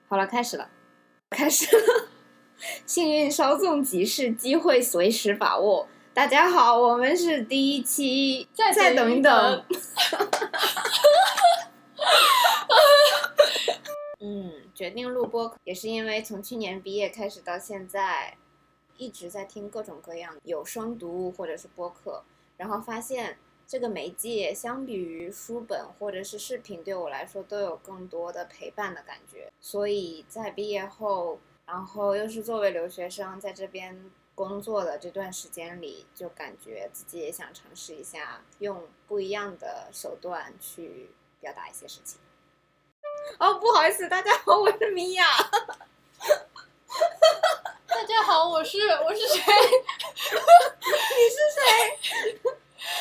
好了，开始了。幸运稍纵即逝，机会随时把握。大家好，我们是第一期，再等一等。决定录播也是因为从去年毕业开始到现在，一直在听各种各样有声读物或者是播客，然后发现这个媒介相比于书本或者是视频对我来说都有更多的陪伴的感觉，所以在毕业后，然后又是作为留学生在这边工作的这段时间里，就感觉自己也想尝试一下用不一样的手段去表达一些事情。哦，不好意思，大家好，我是米娅。 大家好，我是谁？ 你是谁？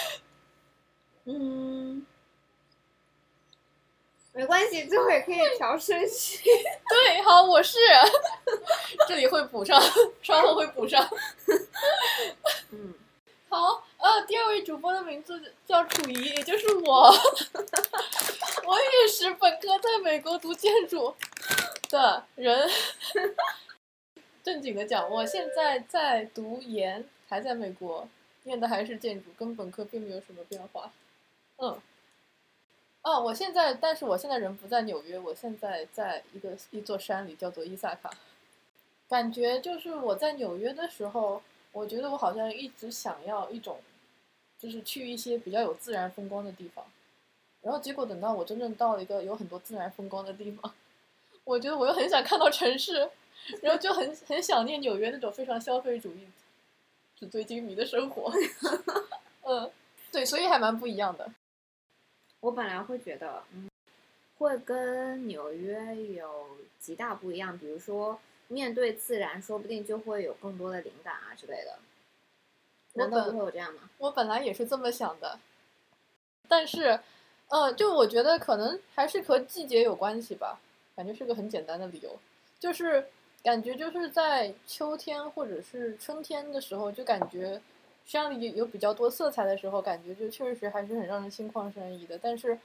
没关系，这会可以调声序。 对，好，我是。这里会补上，稍后会补上。好，第二位主播的名字叫楚怡，也就是我。我也是本科在美国读建筑的人。正经的讲，我现在在读研，还在美国，念的还是建筑，跟本科并没有什么变化。但是我现在人不在纽约，我现在在一座山里，叫做伊萨卡。感觉就是我在纽约的时候，我觉得我好像一直想要一种，就是去一些比较有自然风光的地方。然后结果等到我真正到了一个有很多自然风光的地方，我觉得我又很想看到城市，然后就很想念纽约那种非常消费主义、纸醉金迷的生活。对，所以还蛮不一样的。 我本来会觉得，会跟纽约有极大不一样，比如说面对自然，说不定就会有更多的灵感啊之类的。难道不会有这样吗？ 我本来也是这么想的，但是，就我觉得可能还是和季节有关系吧，感觉是个很简单的理由，就是感觉就是在秋天或者是春天的时候，就感觉山里有比较多色彩的时候，感觉就确实还是很让人心旷神怡的。但是，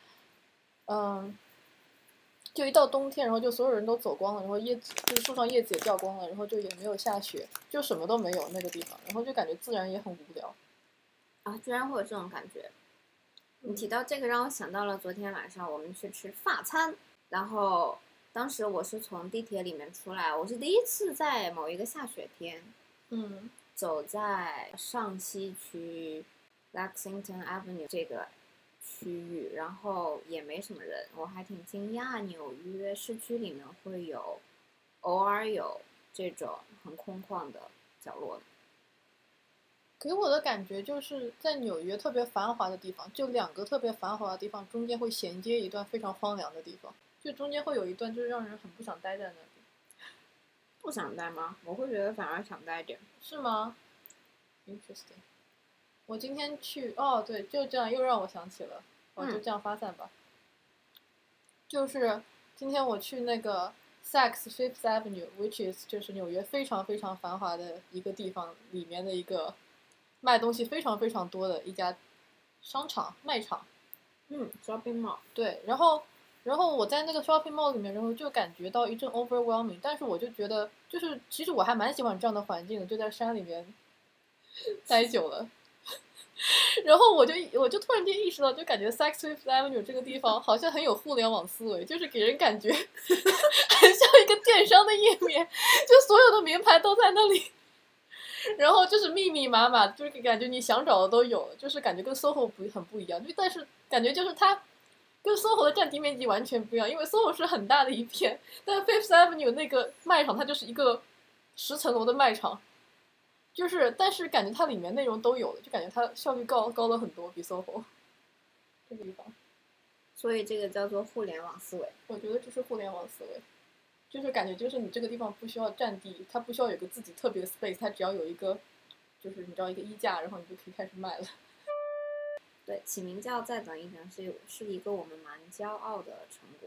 就一到冬天，然后就所有人都走光了，然后就是树上叶子也掉光了，然后就也没有下雪，就什么都没有那个地方，然后就感觉自然也很无聊。 啊，居然会有这种感觉。你提到这个让我想到了昨天晚上我们去吃法餐，然后当时我是从地铁里面出来，我是第一次在某一个下雪天，走在上西区 Lexington Avenue 这个区域，然后也没什么人，我还挺惊讶纽约市区里面会偶尔有这种很空旷的角落的。 给我的感觉就是在纽约特别繁华的地方，就两个特别繁华的地方中间会衔接一段非常荒凉的地方，就中间会有一段就是让人很不想待在那里。 不想待吗？我会觉得反而想待点。 是吗 ？Interesting。我今天去，对，就这样又让我想起了，就这样发散吧。就是今天我去那个 Saks Fifth Avenue，which is 就是纽约非常非常繁华的一个地方里面的一个卖东西非常非常多的一家商场卖场。 shopping mall。 对，然后我在那个 shopping mall 里面，然后就感觉到一阵 overwhelming， 但是我就觉得就是其实我还蛮喜欢这样的环境的，就在山里面待久了。然后我就突然间意识到，就感觉 Saks Fifth Avenue 这个地方好像很有互联网思维，就是给人感觉很像一个电商的页面，就所有的名牌都在那里，然后就是密密麻麻，就是感觉你想找的都有了，就是感觉跟 SOHO 很不一样。但是感觉就是它跟 SOHO 的占地面积完全不一样，因为 SOHO 是很大的一片，但 Fifth Avenue 那个卖场它就是一个10层楼的卖场。但是感觉它里面内容都有了，就感觉它效率高了很多，比 SOHO 这个地方。 所以这个叫做互联网思维。 我觉得这是互联网思维，就是感觉就是你这个地方不需要占地，它不需要有个自己特别的 space， 它只要有一个，就是你知道一个衣架，然后你就可以开始卖了。 对，起名叫再等一等是一个我们蛮骄傲的成果。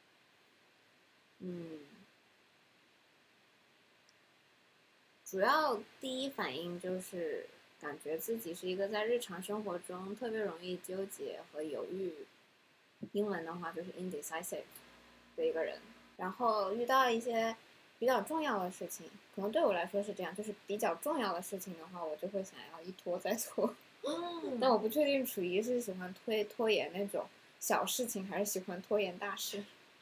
主要第一反应就是感觉自己是一个在日常生活中特别容易纠结和犹豫，英文的话就是 indecisive 的一个人。 然后遇到一些比较重要的事情，可能对我来说是这样，就是比较重要的事情的话，我就会想要一拖再拖。但我不确定楚仪是喜欢拖延那种小事情，还是喜欢拖延大事。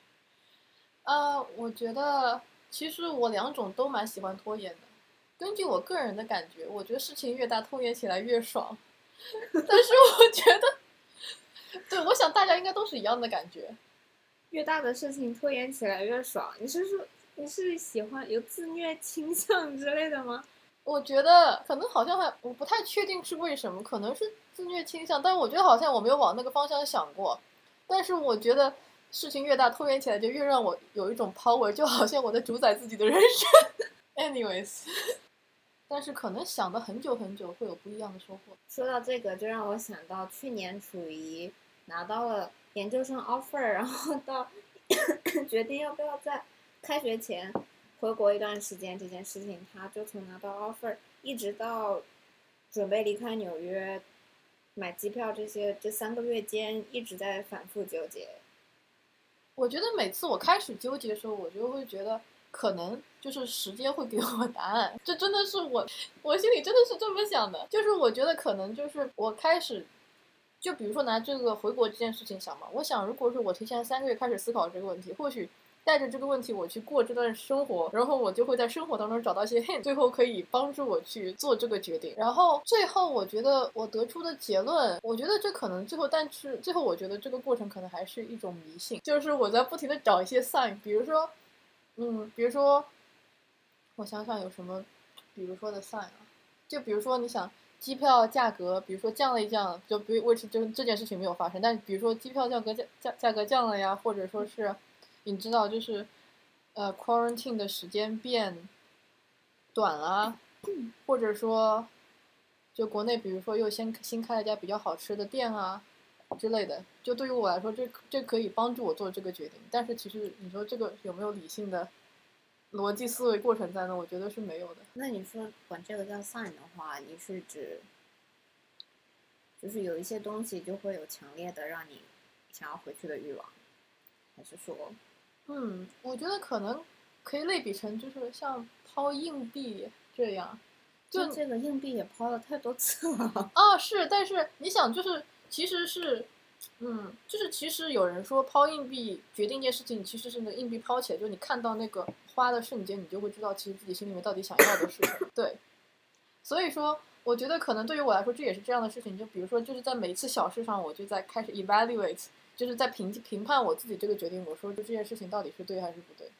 我觉得其实我两种都蛮喜欢拖延的。根据我个人的感觉，我觉得事情越大，拖延起来越爽。但是我觉得，对，我想大家应该都是一样的感觉。 越大的事情拖延起来越爽。你是说你是喜欢有自虐倾向之类的吗？ 我觉得可能好像我不太确定是为什么，可能是自虐倾向，但是我觉得好像我没有往那个方向想过。但是我觉得事情越大，拖延起来就越让我有一种 power，就好像我在主宰自己的人生。Anyways，但是可能想了很久很久，会有不一样的收获。 说到这个，就让我想到去年楚仪拿到了研究生 offer，然后到决定要不要在开学前回国一段时间这件事情，他就从拿到 offer 一直到准备离开纽约买机票这3个月间一直在反复纠结。 我觉得每次我开始纠结的时候，我就会觉得可能就是时间会给我答案。这真的是我心里真的是这么想的。就是我觉得可能就是我开始，就比如说拿这个回国这件事情想嘛，我想如果是我提前3个月开始思考这个问题，或许带着这个问题我去过这段生活，然后我就会在生活当中找到一些 hint，最后可以帮助我去做这个决定。然后最后我觉得我得出的结论，我觉得这可能最后，但是最后我觉得这个过程可能还是一种迷信，就是我在不停的找一些 sign，比如说，比如说，我想想有什么，比如说的 sign 啊，就比如说你想。机票价格，比如说降了一降，就比如就是这件事情没有发生，但比如说机票价格降了呀，或者说是，你知道就是quarantine 的时间变短了，或者说就国内比如说又新开了一家比较好吃的店啊之类的，就对于我来说，这可以帮助我做这个决定。但是其实你说这个有没有理性的逻辑思维过程在呢？我觉得是没有的。 那你说管这个叫 sign 的话，你是指就是有一些东西就会有强烈的让你想要回去的欲望，还是说？ 我觉得可能可以类比成就是像抛硬币这样， 就这个硬币也抛了太多次了。 是，但是你想，就是其实是，就是其实有人说抛硬币决定一件事情，其实是那个硬币抛起来，就是你看到那个花的瞬间，你就会知道其实自己心里面到底想要的是什么。对，所以说我觉得可能对于我来说，这也是这样的事情。就比如说，就是在每一次小事上，我就在开始 evaluate，就是在评判我自己这个决定。我说，就这件事情到底是对还是不对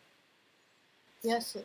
？Yes。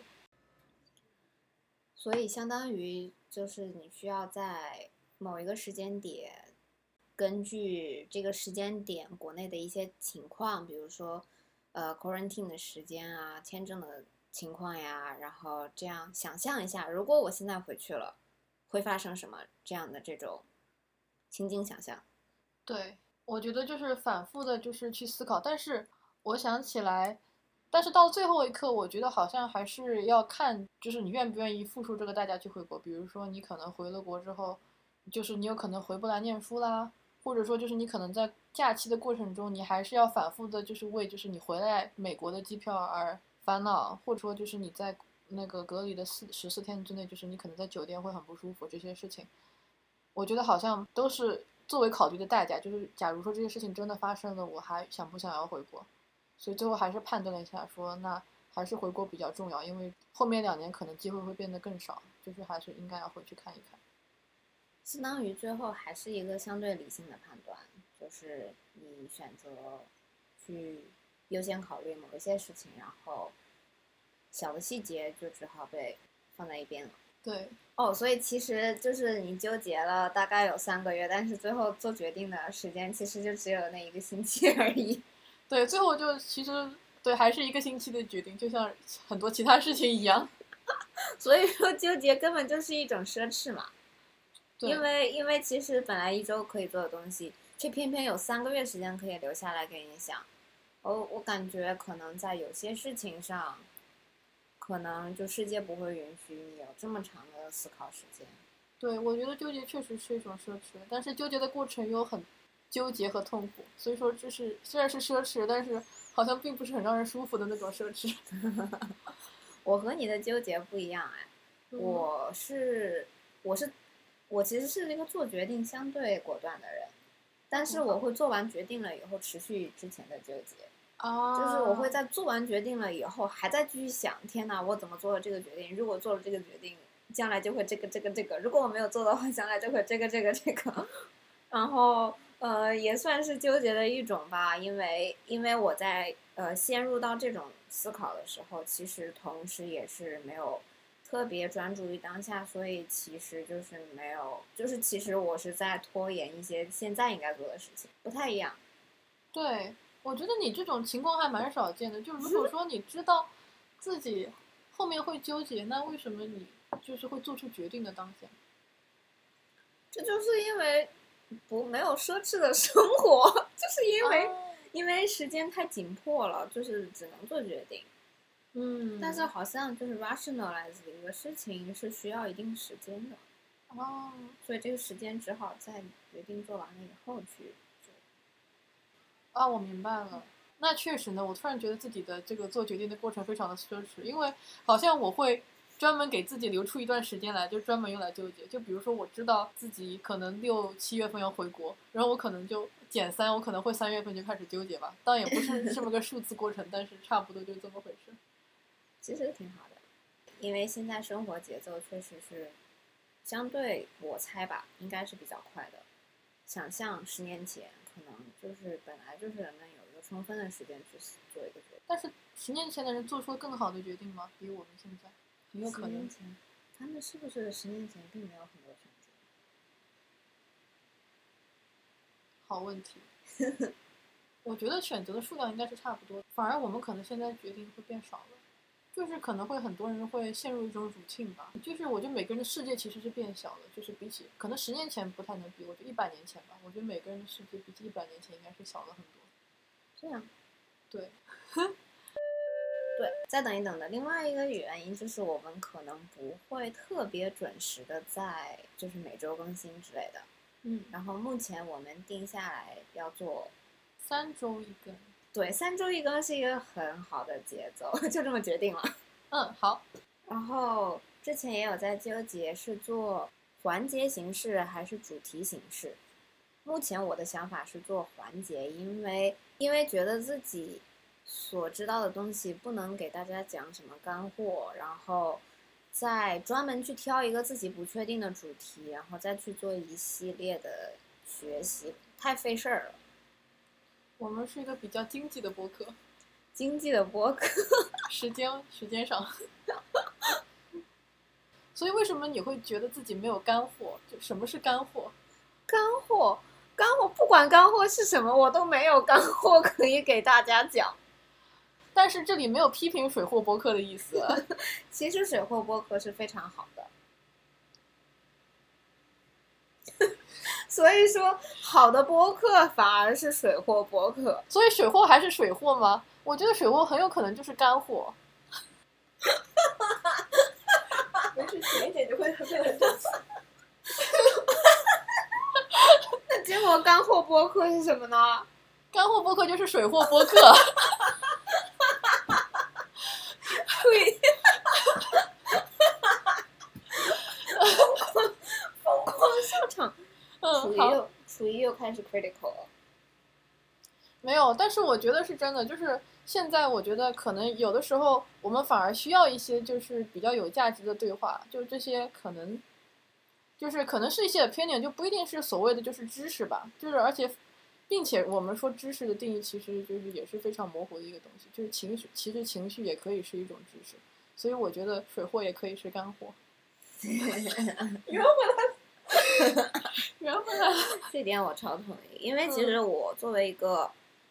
所以相当于就是你需要在某一个时间点，根据这个时间点国内的一些情况，比如说quarantine 的时间啊，签证的情况呀，然后这样想象一下，如果我现在回去了，会发生什么这样的这种情景想象。 对，我觉得就是反复的，就是去思考。但是我想起来，但是到最后一刻，我觉得好像还是要看，就是你愿不愿意付出这个代价去回国。比如说，你可能回了国之后，就是你有可能回不来念书啦，或者说就是你可能在假期的过程中，你还是要反复的，就是为就是你回来美国的机票而烦恼，或者说就是你在那个隔离的14天之内，就是你可能在酒店会很不舒服这些事情。我觉得好像都是作为考虑的代价，就是假如说这些事情真的发生了，我还想不想要回国？所以最后还是判断了一下说，那还是回国比较重要，因为后面2年可能机会会变得更少，就是还是应该要回去看一看。 相当于最后还是一个相对理性的判断，就是你选择去优先考虑某一些事情，然后小的细节就只好被放在一边了。 对， 所以其实就是你纠结了大概有3个月，但是最后做决定的时间其实就只有那1个星期而已。 对，最后就其实对还是1个星期的决定，就像很多其他事情一样。 所以说纠结根本就是一种奢侈嘛。因为其实本来1周可以做的东西，却偏偏有3个月时间可以留下来给你想。我感觉可能在有些事情上，可能就世界不会允许你有这么长的思考时间。 对，我觉得纠结确实是一种奢侈，但是纠结的过程又很纠结和痛苦，所以说这是虽然是奢侈，但是好像并不是很让人舒服的那种设置。 我和你的纠结不一样哎，我其实是一个做决定相对果断的人，但是我会做完决定了以后持续之前的纠结。就是我会在做完决定了以后，还在继续想，天哪，我怎么做了这个决定？如果做了这个决定，将来就会这个。如果我没有做的话，将来就会这个。然后也算是纠结的一种吧，因为我在陷入到这种思考的时候，其实同时也是没有特别专注于当下，所以其实就是没有，就是其实我是在拖延一些现在应该做的事情，不太一样。 对，我觉得你这种情况还蛮少见的。就如果说你知道自己后面会纠结，那为什么你就是会做出决定的当下？ 这就是因为没有奢侈的生活，就是因为时间太紧迫了，就是只能做决定。但是好像就是 rationalize 一个事情是需要一定时间的。所以这个时间只好在决定做完了以后去做。 我明白了。那确实呢，我突然觉得自己的这个做决定的过程非常的奢侈，因为好像我会专门给自己留出一段时间来，就专门用来纠结。就比如说，我知道自己可能6、7月份要回国，然后我可能就减3，我可能会3月份就开始纠结吧。当然也不是这么个数字过程，但是差不多就这么回事。 其实挺好的，因为现在生活节奏确实是相对，我猜吧，应该是比较快的。想象10年前，可能就是本来就是人们有一个充分的时间去做一个决定。 但是10年前的人做出了更好的决定吗？比我们现在很有可能。 10年前，他们是不是10年前并没有很多选择？ 好问题。我觉得选择的数量应该是差不多，反而我们可能现在决定会变少了。就是可能会很多人会陷入一种routine吧，就是我觉得每个人的世界其实是变小了，就是比起可能10年前不太能比，我觉得100年前吧，我觉得每个人的世界比起100年前应该是小了很多。 这样， 对， 对，再等一等的另外一个原因就是我们可能不会特别准时的在就是每周更新之类的。然后目前我们定下来要做 3周一更。 对，3周一更是一个很好的节奏，就这么决定了。 好。 然后之前也有在纠结是做环节形式还是主题形式。目前我的想法是做环节，因为觉得自己所知道的东西不能给大家讲什么干货，然后再专门去挑一个自己不确定的主题，然后再去做一系列的学习，太费事儿了。 我们是一个比较经济的播客。 经济的播客。 时间上。所以为什么你会觉得自己没有干货？就什么是干货？ 干货不管干货是什么，我都没有干货可以给大家讲。 但是这里没有批评水货播客的意思。 其实水货播客是非常好的。所以说好的播客反而是水货播客。 所以水货还是水货吗？我觉得水货很有可能就是干货。 没事，浅一点就会变得很整齐。 那结果干货播客是什么呢？ 干货播客就是水货播客。 对。疯狂笑场。楚一又开始 critical 了。 没有，但是我觉得是真的，就是现在我觉得可能有的时候我们反而需要一些就是比较有价值的对话，就是这些可能是一些 opinion，就不一定是所谓的就是知识吧，就是而且并且我们说知识的定义其实就是也是非常模糊的一个东西，就是情绪，其实情绪也可以是一种知识，所以我觉得水货也可以是干货。圆回来了。 这点我超同意，因为其实我作为一个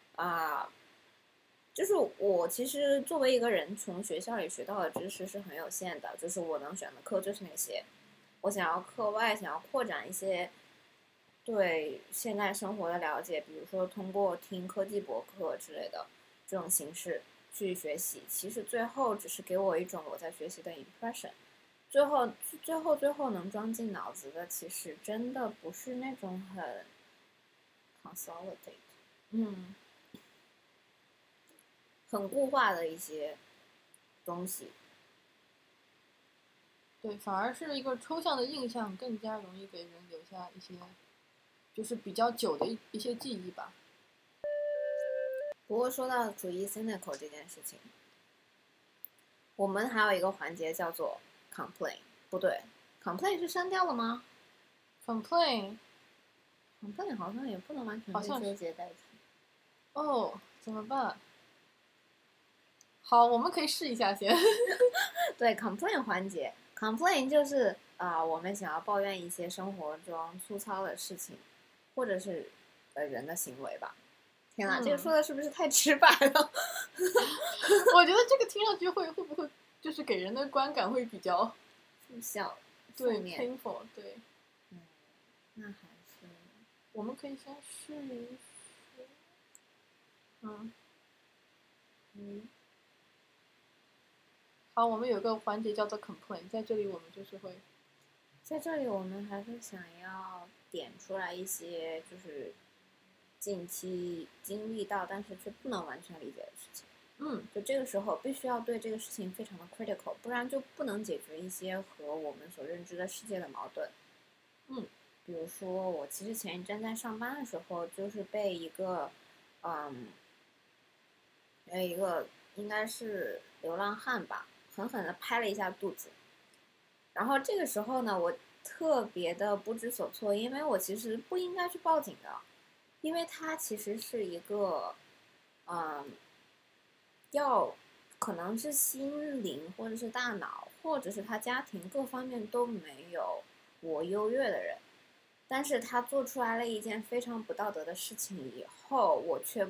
就是我其实作为一个人，从学校里学到的知识是很有限的，就是我能选的课就是那些，我想要课外想要扩展一些对现代生活的了解，比如说通过听科技博客之类的这种形式去学习，其实最后只是给我一种我在学习的 impression， 最后能装进脑子的其实真的不是那种很 consolidate。 很固化的一些东西。 对，反而是一个抽象的印象更加容易给人留下一些，就是比较久的一些记忆吧。 不过说到主义 cynical 这件事情，我们还有一个环节叫做 complain， 不对 ，complain 是删掉了吗 complain ？complain 好像也不能完全被好像是纠结代替。 哦，怎么办？好，我们可以试一下先。 对 complain 环节 ，complain 就是我们想要抱怨一些生活中粗糙的事情，或者是人的行为吧。天哪，这个说的是不是太直白了？ 我觉得这个听上去会不会就是给人的观感会比较负向， 对负面。 painful 对。 那还是我们可以先试一试。好，我们有个环节叫做 complain， 在这里我们就是会， 在这里，我们还是想要点出来一些就是近期经历到但是却不能完全理解的事情。就这个时候必须要对这个事情非常的 critical， 不然就不能解决一些和我们所认知的世界的矛盾。比如说我其实前一阵在上班的时候，就是被一个应该是流浪汉吧，狠狠的拍了一下肚子。然后这个时候呢，我特别的不知所措，因为我其实不应该去报警的，因为他其实是一个可能是心灵或者是大脑或者是他家庭各方面都没有我优越的人，但是他做出来了一件非常不道德的事情以后，我却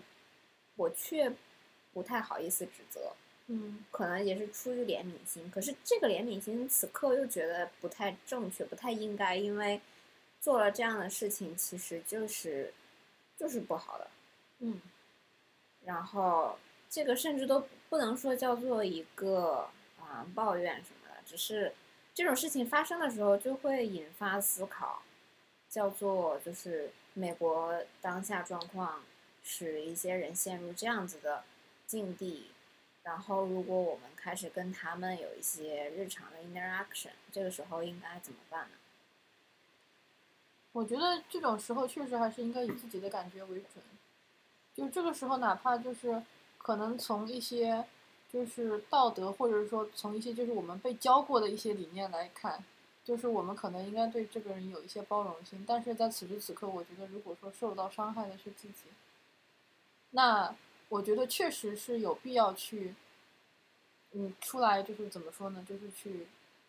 不太好意思指责。可能也是出于怜悯心，可是这个怜悯心此刻又觉得不太正确，不太应该，因为做了这样的事情其实就是不好的。然后这个甚至都不能说叫做一个抱怨什么的，只是这种事情发生的时候就会引发思考，叫做就是美国当下状况使一些人陷入这样子的境地。然后，如果我们开始跟他们有一些日常的 interaction， 这个时候应该怎么办呢？ 我觉得这种时候确实还是应该以自己的感觉为准。就这个时候，哪怕就是可能从一些就是道德，或者说从一些就是我们被教过的一些理念来看，就是我们可能应该对这个人有一些包容心。但是在此时此刻，我觉得如果说受到伤害的是自己，那我觉得确实是有必要去，出来就是怎么说呢，就是去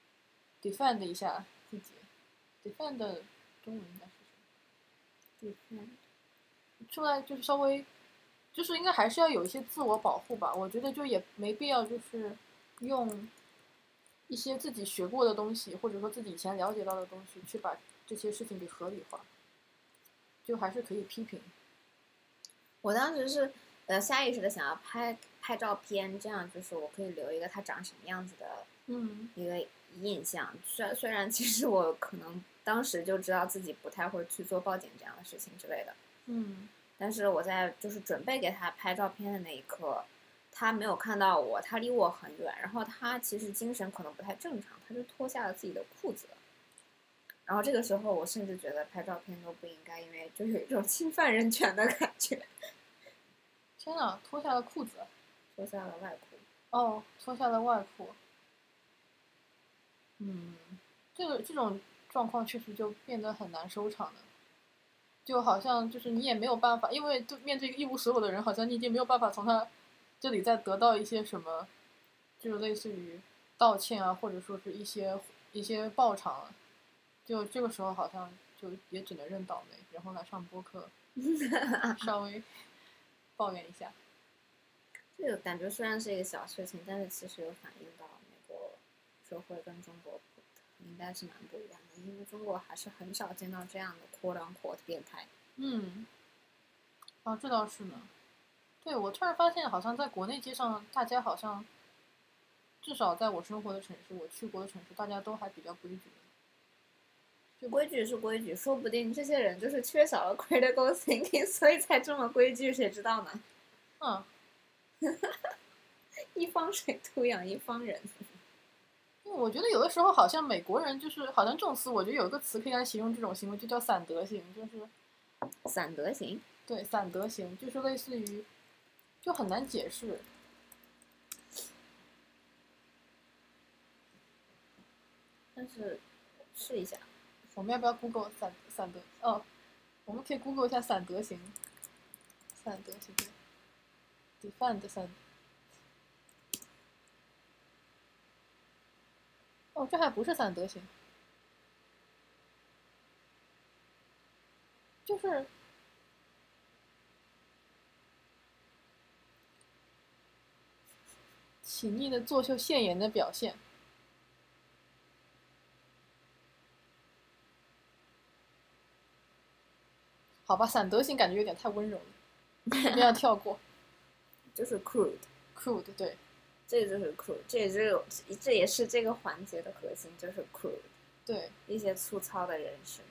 defend 一下自己。defend 的中文应该是什么？出来就是稍微，就是应该还是要有一些自我保护吧。我觉得就也没必要就是用一些自己学过的东西，或者说自己以前了解到的东西，去把这些事情给合理化，就还是可以批评。 我当时是下意识的想要拍照片，这样就是我可以留一个他长什么样子的一个印象。虽然其实我可能当时就知道自己不太会去做报警这样的事情之类的。但是我在就是准备给他拍照片的那一刻，他没有看到我，他离我很远，然后他其实精神可能不太正常，他就脱下了自己的裤子。然后这个时候我甚至觉得拍照片都不应该，因为就有一种侵犯人权的感觉。 天哪，脱下了裤子， 脱下了外裤。 哦，脱下了外裤。这种状况确实就变得很难收场了。就好像就是你也没有办法，因为面对一无所有的人，好像你已经没有办法从他这里再得到一些什么，就类似于道歉啊，或者说是一些报偿了。就这个时候好像就也只能认倒霉，然后来上播客，稍微抱怨一下。 这个感觉虽然是一个小事情，但是其实有反映到美国社会跟中国应该是蛮不一样的，因为中国还是很少见到这样的 quote unquote 变态。 这倒是呢。对，我突然发现，好像在国内街上，大家好像，至少在我生活的城市，我去过的城市，大家都还比较规矩。 就规矩是规矩，说不定这些人就是缺少了 critical thinking， 所以才这么规矩，谁知道呢？ 一方水土养一方人。 我觉得有的时候好像美国人就是好像这种词，我觉得有一个词可以来形容这种行为，就叫散德型，就是散德型。 对，散德型就是类似于就很难解释。 但是试一下， 我们要不要 Google 散德？哦，我们可以 Google 一下散德型。散德型对 ，defend 散。哦，这还不是散德型，就是起腻的作秀现言的表现。好吧，散德型感觉有点太温柔了，这边要跳过。 就是 crude， 对， 这就是 crude，这也是这个环节的核心，就是 crude， 对， 一些粗糙的人生。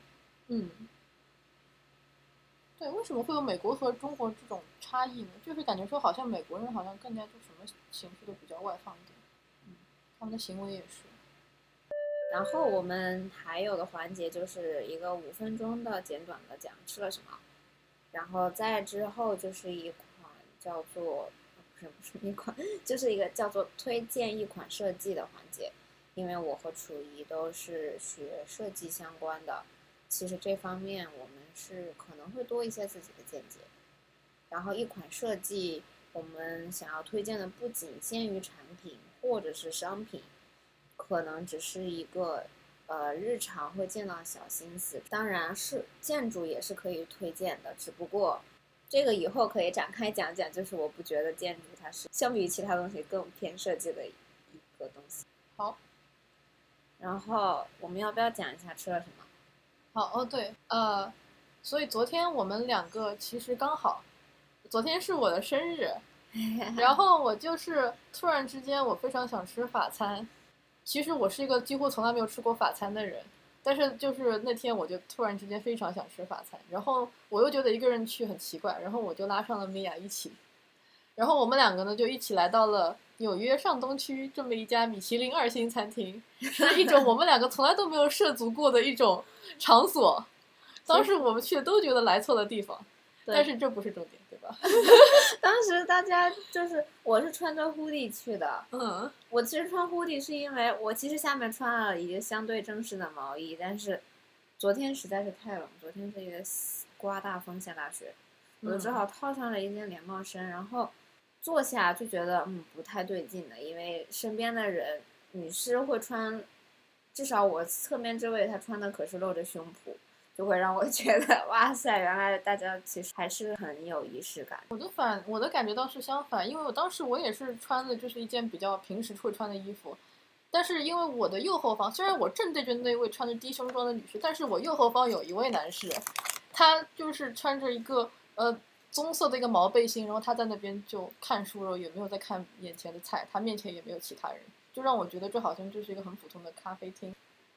对，为什么会有美国和中国这种差异呢？就是感觉说，好像美国人好像更加就什么情绪都比较外放一点，他们的行为也是。 然后我们还有的环节就是一个5分钟的简短的讲吃了什么，然后再之后就是一款叫做不是一款，就是一个叫做推荐一款设计的环节。因为我和楚怡都是学设计相关的，其实这方面我们是可能会多一些自己的见解。然后一款设计，我们想要推荐的不仅限于产品或者是商品，可能只是一个日常会见到的小心思。当然是建筑也是可以推荐的，只不过这个以后可以展开讲讲，就是我不觉得建筑它是相比于其他东西更偏设计的一个东西。 好， 然后我们要不要讲一下吃了什么？ 好哦，对，所以昨天我们两个其实刚好，昨天是我的生日，然后我就是突然之间我非常想吃法餐。其实我是一个几乎从来没有吃过法餐的人，但是就是那天我就突然之间非常想吃法餐，然后我又觉得一个人去很奇怪，然后我就拉上了米娅一起，然后我们两个呢就一起来到了纽约上东区这么一家米其林2星餐厅，是一种我们两个从来都没有涉足过的一种场所。当时我们去都觉得来错了地方，但是这不是重点，对吧？ 当时大家就是我是穿着 hoodie 去的，我其实穿 hoodie 是因为我其实下面穿了一个相对正式的毛衣，但是昨天实在是太冷，昨天是一个刮大风下大雪，我就只好套上了一件连帽衫，然后坐下就觉得不太对劲的，因为身边的人女士会穿，至少我侧面这位她穿的可是露着胸脯，就会让我觉得哇塞，原来大家其实还是很有仪式感。 我的感觉倒是相反，因为我当时我也是穿的就是一件比较平时会穿的衣服，但是因为我的右后方，虽然我正对着那位穿着低胸装的女士，但是我右后方有一位男士，他就是穿着一个棕色的一个毛背心，然后他在那边就看书了，也没有在看眼前的菜，他面前也没有其他人，就让我觉得这好像就是一个很普通的咖啡厅。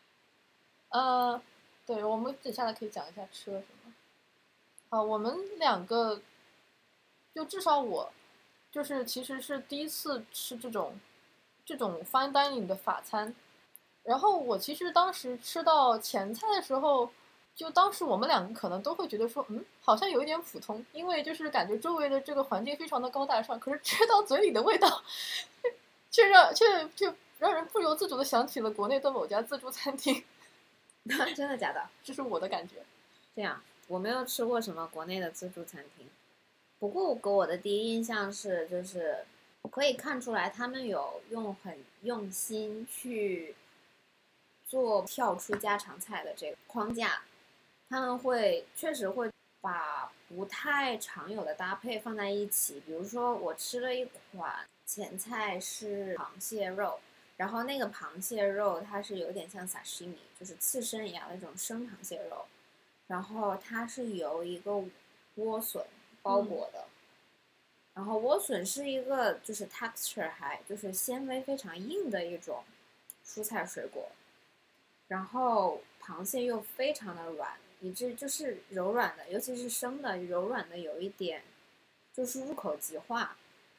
对，我们接下来可以讲一下吃了什么。好，我们两个，就至少我，就是其实是第一次吃这种 fine dining 的法餐。然后我其实当时吃到前菜的时候，就当时我们两个可能都会觉得说，好像有一点普通，因为就是感觉周围的这个环境非常的高大上，可是吃到嘴里的味道，却让人不由自主的想起了国内的某家自助餐厅。 真的假的？ 这是我的感觉。 这样，我没有吃过什么国内的自助餐厅，不过我给我的第一印象是，就是可以看出来他们有很用心去做跳出家常菜的这个框架，他们确实会把不太常有的搭配放在一起。比如说我吃了一款前菜是螃蟹肉，然后那个螃蟹肉它是有点像sashimi，就是刺身一样的一种生螃蟹肉，然后它是由一个莴笋包裹的，然后莴笋是一个就是 texture 就是纤维非常硬的一种蔬菜水果，然后螃蟹又非常的软，以致就是柔软的，尤其是生的柔软的有一点就是入口即化。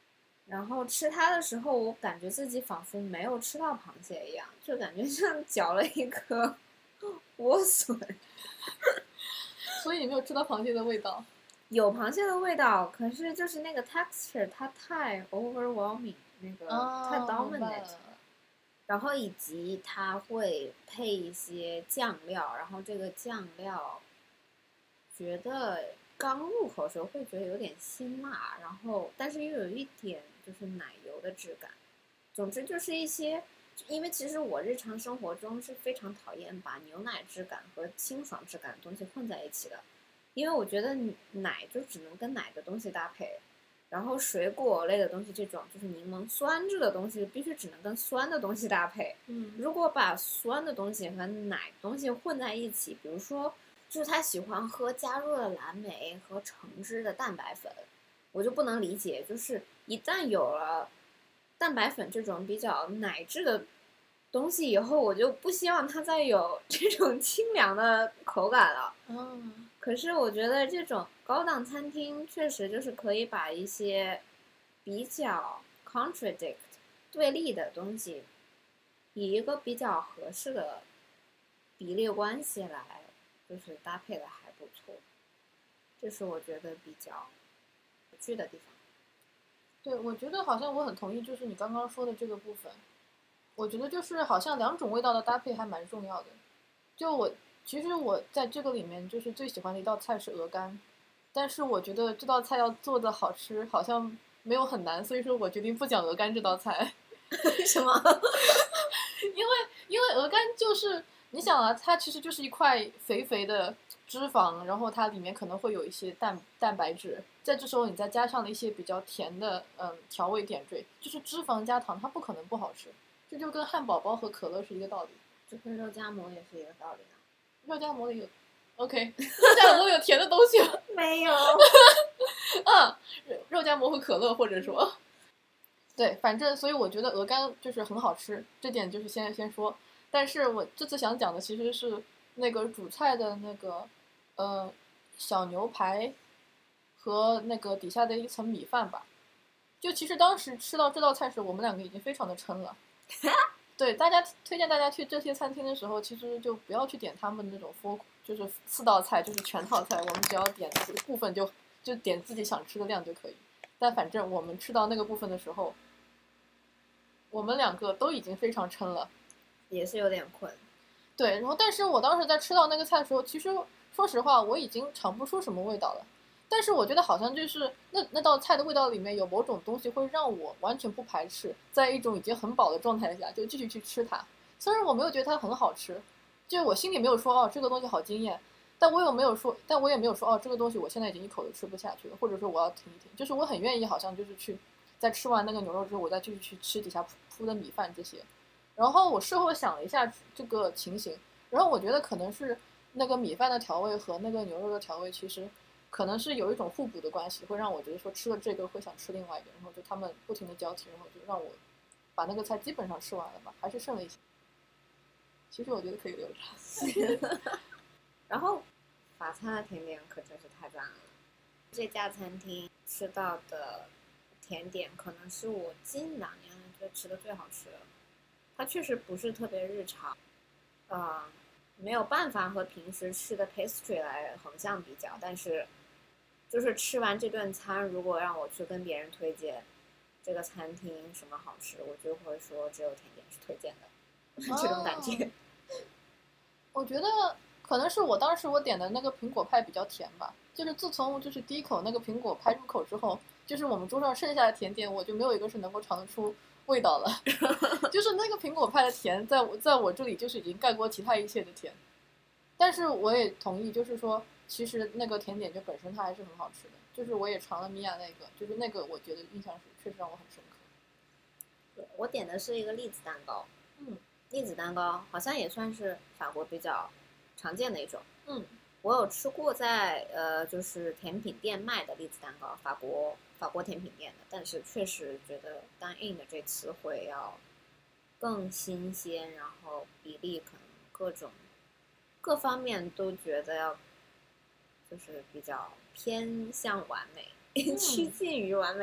然后吃它的时候，我感觉自己仿佛没有吃到螃蟹一样，就感觉像嚼了一颗莴笋。 所以你没有吃到螃蟹的味道。 有螃蟹的味道，可是就是那个 texture 它太 overwhelming， 那个太明白 dominant， 了。 然后以及它会配一些酱料，然后这个酱料觉得刚入口的时候会觉得有点辛辣，然后但是又有一点就是奶油的质感。总之就是一些，因为其实我日常生活中是非常讨厌把牛奶质感和清爽质感的东西混在一起的，因为我觉得奶就只能跟奶的东西搭配，然后水果类的东西这种就是柠檬酸质的东西必须只能跟酸的东西搭配。如果把酸的东西和奶东西混在一起，比如说就是他喜欢喝加入了蓝莓和橙汁的蛋白粉，我就不能理解，就是一旦有了蛋白粉这种比较奶质的东西以后，我就不希望它再有这种清凉的口感了。可是我觉得这种高档餐厅确实就是可以把一些比较 contradict 对立的东西，以一个比较合适的比例关系来，就是搭配的还不错。这是我觉得比较有趣的地方。 对，我觉得好像我很同意，就是你刚刚说的这个部分。我觉得就是好像两种味道的搭配还蛮重要的。其实我在这个里面就是最喜欢的一道菜是鹅肝，但是我觉得这道菜要做的好吃好像没有很难，所以说我决定不讲鹅肝这道菜。 为什么？ 因为鹅肝就是你想啊，它其实就是一块肥肥的脂肪，然后它里面可能会有一些蛋白质，在这时候你再加上了一些比较甜的调味点缀，就是脂肪加糖，它不可能不好吃。这就跟汉堡包和可乐是一个道理， 这跟肉夹馍也是一个道理呢。 肉夹馍里有 OK， 肉夹馍有甜的东西吗？ 没有。 肉夹馍和可乐，或者说对，反正所以我觉得鹅肝就是很好吃，这点就是先说。但是我这次想讲的其实是那个主菜的那个小牛排和那个底下的一层米饭吧。就其实当时吃到这道菜时，我们两个已经非常的撑了。对，推荐大家去这些餐厅的时候，其实就不要去点他们那种就是4道菜，就是全套菜，我们只要点部分就点自己想吃的量就可以。但反正我们吃到那个部分的时候，我们两个都已经非常撑了， 也是有点困。 对，然后但是我当时在吃到那个菜的时候，其实说实话我已经尝不出什么味道了。但是我觉得好像就是那道菜的味道里面有某种东西会让我完全不排斥，在一种已经很饱的状态下就继续去吃它。虽然我没有觉得它很好吃，就我心里没有说哦这个东西好惊艳，但我也没有说哦这个东西我现在已经一口都吃不下去了，或者说我要停一停。就是我很愿意好像就是去在吃完那个牛肉之后，我再继续去吃底下铺的米饭这些。然后我事后想了一下这个情形，然后我觉得可能是那个米饭的调味和那个牛肉的调味其实可能是有一种互补的关系，会让我觉得说吃了这个会想吃另外一个，然后就他们不停的交替，然后就让我把那个菜基本上吃完了吧，还是剩了一些。其实我觉得可以留着。 然后法餐的甜点可真是太赞了，这家餐厅吃到的甜点可能是我近2年来觉得吃的最好吃的。它确实不是特别日常，没有办法和平时吃的 pastry 来横向比较，但是就是吃完这顿餐，如果让我去跟别人推荐这个餐厅什么好吃，我就会说只有甜点是推荐的，这种感觉。 我觉得可能是当时我点的那个苹果派比较甜吧，就是自从就是第一口那个苹果派入口之后，就是我们桌上剩下的甜点，我就没有一个是能够尝得出味道了。就是那个苹果派的甜在我这里就是已经盖过其他一切的甜。但是我也同意，就是说其实那个甜点就本身它还是很好吃的。就是我也尝了米娅那个，就是那个我觉得印象是确实让我很深刻。 对，我点的是一个栗子蛋糕。栗子蛋糕好像也算是法国比较常见的一种。我有吃过在就是甜品店卖的栗子蛋糕，法国甜品店的，但是确实觉得单 in 的这次会要更新鲜，然后比例可能各方面都觉得要就是比较偏向完美，趋近于完美。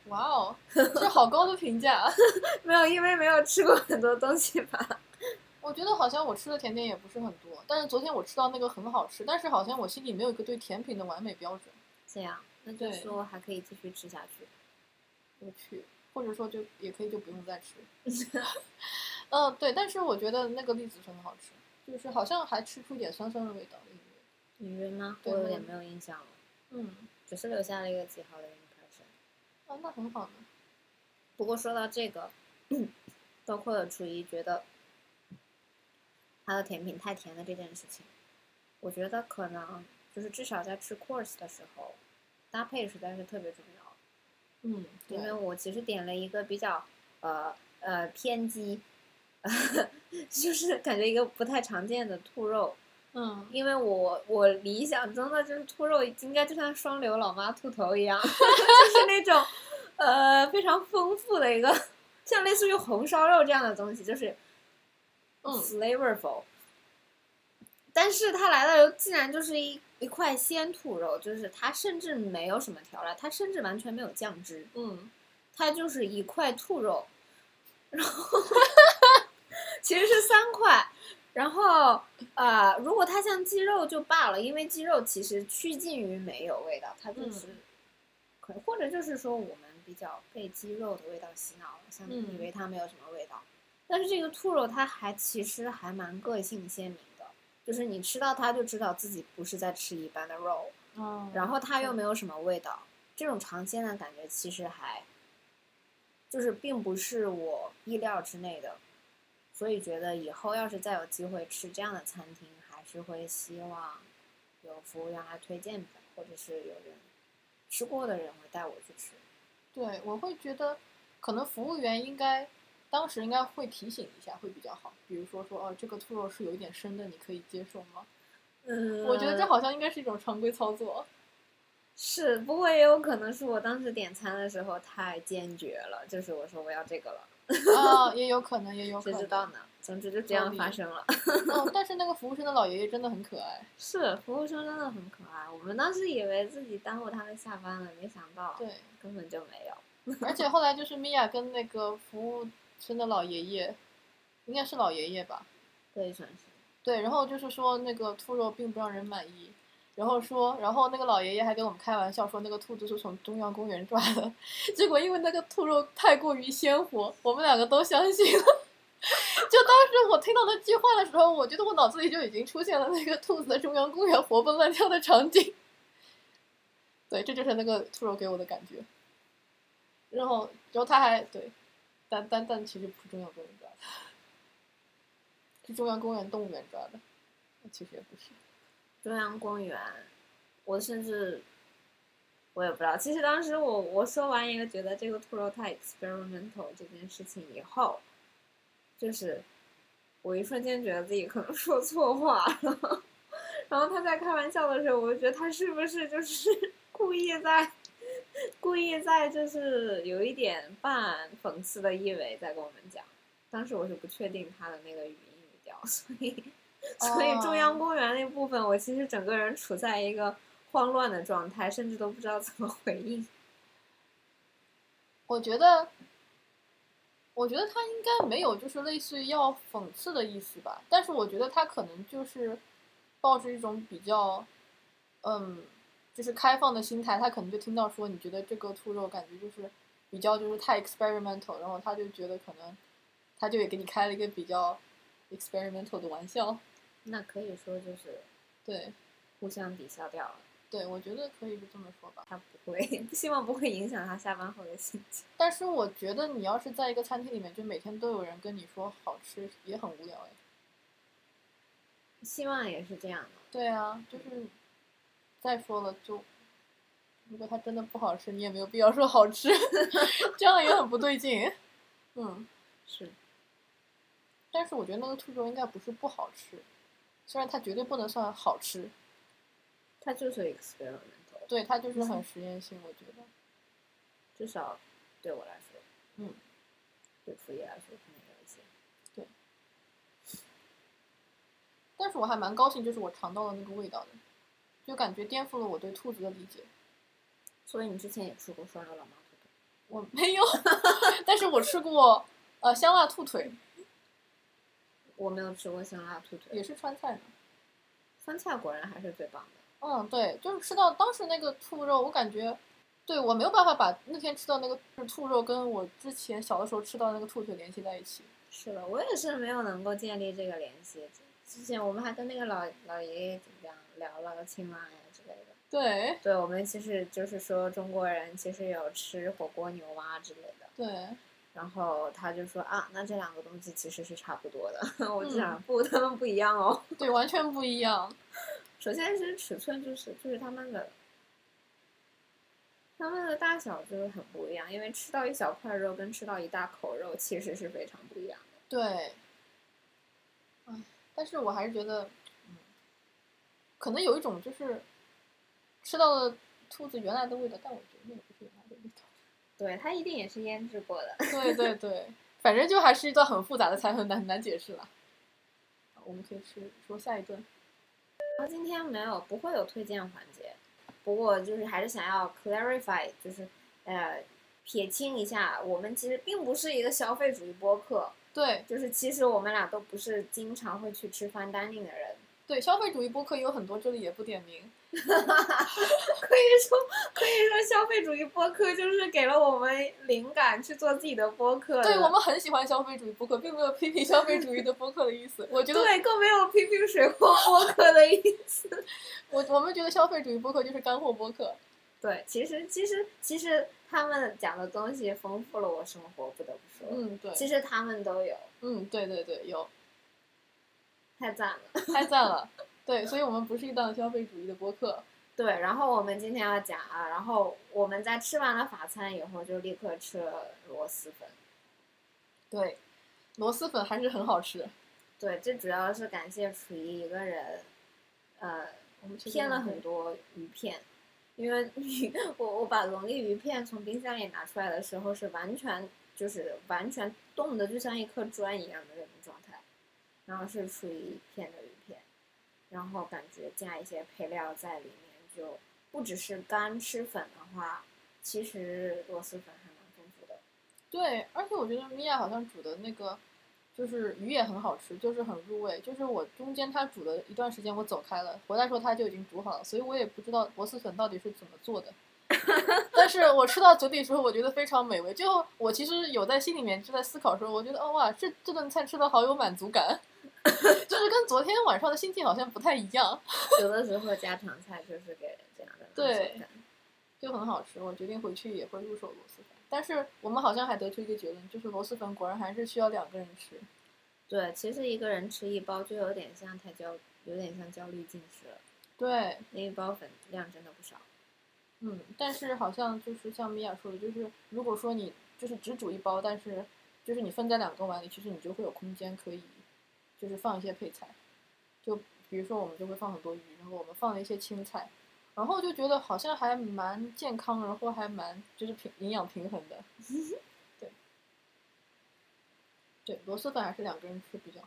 哇哦，这好高的评价。 没有，因为没有吃过很多东西吧。 我觉得好像我吃的甜点也不是很多，但是昨天我吃到那个很好吃，但是好像我心里没有一个对甜品的完美标准。 这样，那就说还可以继续吃下去。 我去，或者说就也可以就不用再吃。对，但是我觉得那个栗子是很好吃，就是好像还吃出一点酸酸的味道。 隐约吗？我对有点没有印象了。只是留下了一个极好的 impression。 那很好呢。 不过说到这个，包括了厨艺觉得它的甜品太甜的这件事情，我觉得可能就是至少在吃 course 的时候，搭配实在是特别重要。因为我其实点了一个比较偏激，就是感觉一个不太常见的兔肉。因为我理想中的就是兔肉应该就像双流老妈兔头一样，就是那种非常丰富的一个，像类似于红烧肉这样的东西，就是flavorful。但是它来了又竟然就是一块鲜兔肉，就是它甚至没有什么调料，它甚至完全没有酱汁。它就是一块兔肉，然后其实是3块。然后如果它像鸡肉就罢了，因为鸡肉其实趋近于没有味道，它就是，或者就是说我们比较被鸡肉的味道洗脑了，像以为它没有什么味道。但是这个兔肉它其实还蛮个性鲜明的，就是你吃到它就知道自己不是在吃一般的肉，然后它又没有什么味道，这种尝鲜的感觉其实还，就是并不是我意料之内的。所以觉得以后要是再有机会吃这样的餐厅，还是会希望有服务员来推荐的，或者是有人吃过的人会带我去吃。 对，我会觉得可能服务员当时应该会提醒一下会比较好，比如说这个兔肉是有一点生的，你可以接受吗？我觉得这好像应该是一种常规操作。 是，不过也有可能是我当时点餐的时候太坚决了，就是我说我要这个了。 也有可能，谁知道呢？总之就这样发生了。 但是那个服务生的老爷爷真的很可爱。 是，服务生真的很可爱。我们当时以为自己耽误他们下班了，没想到， 对， 根本就没有。 而且后来就是米娅跟那个服务生的老爷爷，应该是老爷爷吧？ 对，算是。 对，然后就是说那个兔肉并不让人满意。然后那个老爷爷还跟我们开玩笑说那个兔子是从中央公园抓的，结果因为那个兔肉太过于鲜活，我们2个都相信了。就当时我听到那句话的时候，我觉得我脑子里就已经出现了那个兔子在中央公园活蹦乱跳的场景。对，这就是那个兔肉给我的感觉。然后他还对，但其实不是中央公园抓的，是中央公园动物园抓的，其实也不是。 中央公园，我甚至我也不知道。其实当时我说完一个觉得这个兔肉太 experimental 这件事情以后，就是我一瞬间觉得自己可能说错话了。然后他在开玩笑的时候，我就觉得他是不是就是故意在就是有一点半讽刺的意味在跟我们讲。当时我是不确定他的那个语音语调，所以中央公园那部分，我其实整个人处在一个慌乱的状态，甚至都不知道怎么回应。 我觉得他应该没有就是类似于要讽刺的意思吧，但是我觉得他可能就是抱着一种比较就是开放的心态，他可能就听到说你觉得这个兔肉感觉就是比较就是太 experimental， 然后他就觉得可能他就也给你开了一个比较 experimental 的玩笑。 那可以说就是对， 互相抵消掉了。 对，我觉得可以这么说吧。 他不会，希望不会影响他下班后的心情。 但是我觉得你要是在一个餐厅里面，就每天都有人跟你说好吃，也很无聊哎。 希望也是这样的。 对啊，就是再说了，就如果它真的不好吃，你也没有必要说好吃，这样也很不对劲。 是。 但是我觉得那个兔肉应该不是不好吃，虽然它绝对不能算好吃。 它就是 experimental。 对，它就是很实验性，我觉得。 至少对我来说。对厨艺来说可能有一些。 对。但是我还蛮高兴，就是我尝到了那个味道的，就感觉颠覆了我对兔子的理解。 所以你之前也吃过双流老妈兔头？ 我没有，但是我吃过香辣兔腿， 我没有吃过香辣兔腿， 也是川菜的。 川菜果然还是最棒的。 嗯，对，就是吃到当时那个兔肉，我感觉，对我没有办法把那天吃到那个兔肉跟我之前小的时候吃到那个兔腿联系在一起。 是的，我也是没有能够建立这个联系。之前我们还跟那个老爷爷怎么样聊了青蛙呀之类的。 对， 对，我们其实就是说中国人其实有吃火锅牛蛙之类的。 对。 然后他就说啊，那这两个东西其实是差不多的。我就想不，他们不一样哦。 对，完全不一样。 首先是尺寸，就是他们的大小就是很不一样，因为吃到一小块肉跟吃到一大口肉其实是非常不一样的。 对。但是我还是觉得，可能有一种就是吃到了兔子原来的味道，但我觉得那也不是原来的味道。 对，它一定也是腌制过的。 对对对，反正就还是一道很复杂的菜，很难解释了。我们可以说下一顿。 今天不会有推荐环节，不过就是还是想要 clarify， 就是撇清一下，我们其实并不是一个消费主义播客。 对， 就是其实我们俩都不是经常会去吃fine dining的人。 对，消费主义播客有很多，这里也不点名。 可以说消费主义播客就是给了我们灵感去做自己的播客。 对，我们很喜欢消费主义播客，并没有批评消费主义的播客的意思。我觉得对，更没有批评水货播客的意思。 我们觉得消费主义播客就是干货播客。 对，其实他们讲的东西丰富了我生活，不得不说。 对。 其实他们都有。 对对对，有。 太赞了， 太赞了。对，所以我们不是一档消费主义的播客。 对，然后我们今天要讲啊，然后我们在吃完了法餐以后，就立刻吃了螺蛳粉。 对，螺蛳粉还是很好吃。 对，这主要是感谢楚怡一个人，我们添了很多鱼片，因为我把龙利鱼片从冰箱里拿出来的时候是完全冻的，就像一颗砖一样的那种状态，然后是属于一片的鱼片，然后感觉加一些配料在里面，就不只是干吃粉的话，其实螺蛳粉还蛮丰富的。 对，而且我觉得米娅好像煮的那个就是鱼也很好吃，就是很入味。就是我中间她煮的一段时间我走开了，回来时候她就已经煮好了，所以我也不知道螺蛳粉到底是怎么做的。但是我吃到嘴里的时候，我觉得非常美味。就我其实有在心里面就在思考说，我觉得哇，这顿菜吃的好有满足感，就是跟昨天晚上的心情好像不太一样。 有的时候家常菜就是给人这样的满足对感， 就很好吃。我决定回去也会入手螺蛳粉。但是我们好像还得出一个结论，就是螺蛳粉果然还是需要2个人吃。 对，其实一个人吃一包就有点像焦虑进食了。 对， 那一包粉量真的不少。 但是好像就是像米娅说的，就是如果说你就是只煮一包，但是就是你分在2个碗里，其实你就会有空间可以就是放一些配菜。就比如说我们就会放很多鱼，然后我们放了一些青菜，然后就觉得好像还蛮健康，然后还蛮就是营养平衡的。对，螺蛳粉还是2个人吃比较好。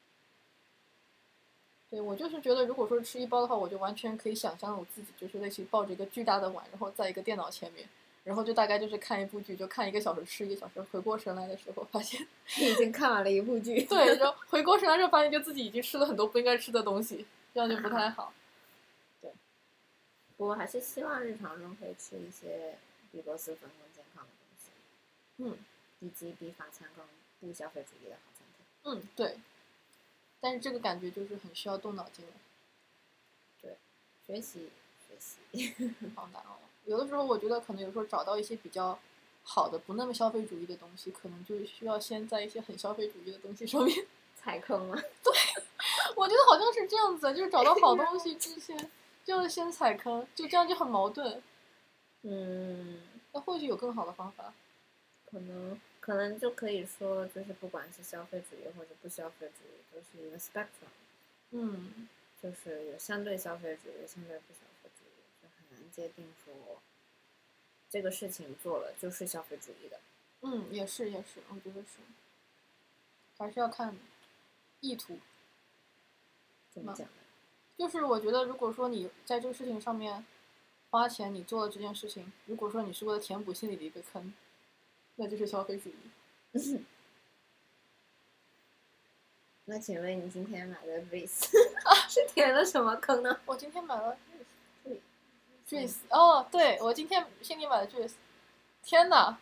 对，我就是觉得，如果说吃一包的话，我就完全可以想象我自己就是类似于抱着一个巨大的碗，然后在一个电脑前面，然后就大概就是看一部剧，就看1个小时，吃1个小时，回过神来的时候发现已经看完了一部剧。 对，然后回过神来之后发现就自己已经吃了很多不应该吃的东西，这样就不太好。对， 不过还是希望日常中可以吃一些比螺蛳粉更健康的东西。以及比法餐更不消费主义的好餐厅。 对。但是这个感觉就是很需要动脑筋了。 对，学习好难哦。有的时候我觉得可能有时候找到一些比较好的不那么消费主义的东西，可能就需要先在一些很消费主义的东西上面踩坑吗？ 对，我觉得好像是这样子，就是找到好东西之前就是先踩坑，就这样就很矛盾。那或许有更好的方法。 可能就可以说，就是不管是消费主义或者不消费主义，都是一个 spectrum。就是有相对消费主义，相对不消费主义，就很难界定说这个事情做了就是消费主义的。 也是，我觉得是，还是要看意图。 怎么讲呢？ 就是我觉得，如果说你在这个事情上面花钱，你做了这件事情，如果说你是为了填补心里的一个坑， 那就是消费主义。 那请问你今天买的 Breeze 是填了什么坑呢？ 我今天买了对 Juice，哦，对，我今天心里买的 Juice， 天哪！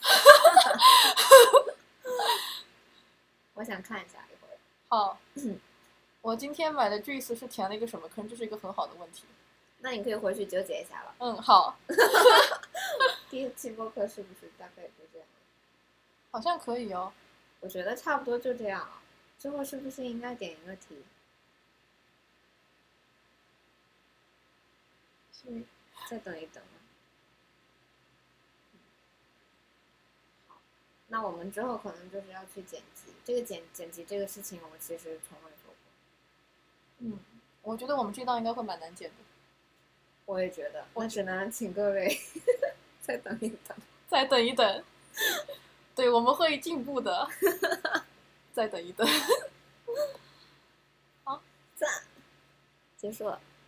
我想看一下一会儿。 好，我今天买的 Juice 是填了一个什么坑？这是一个很好的问题。 那你可以回去纠结一下了。 嗯，好， 第一期播客是不是大概就这样？ 好像可以哦。 我觉得差不多就这样了。之后是不是应该点一个题？ 是再等一等。好，那我们之后可能就是要去剪辑。这个剪辑这个事情，我其实从未做过。 嗯，我觉得我们这档应该会蛮难剪的。 我也觉得，我只能请各位再等一等。 再等一等。对，我们会进步的。再等一等。 好，赞，结束了。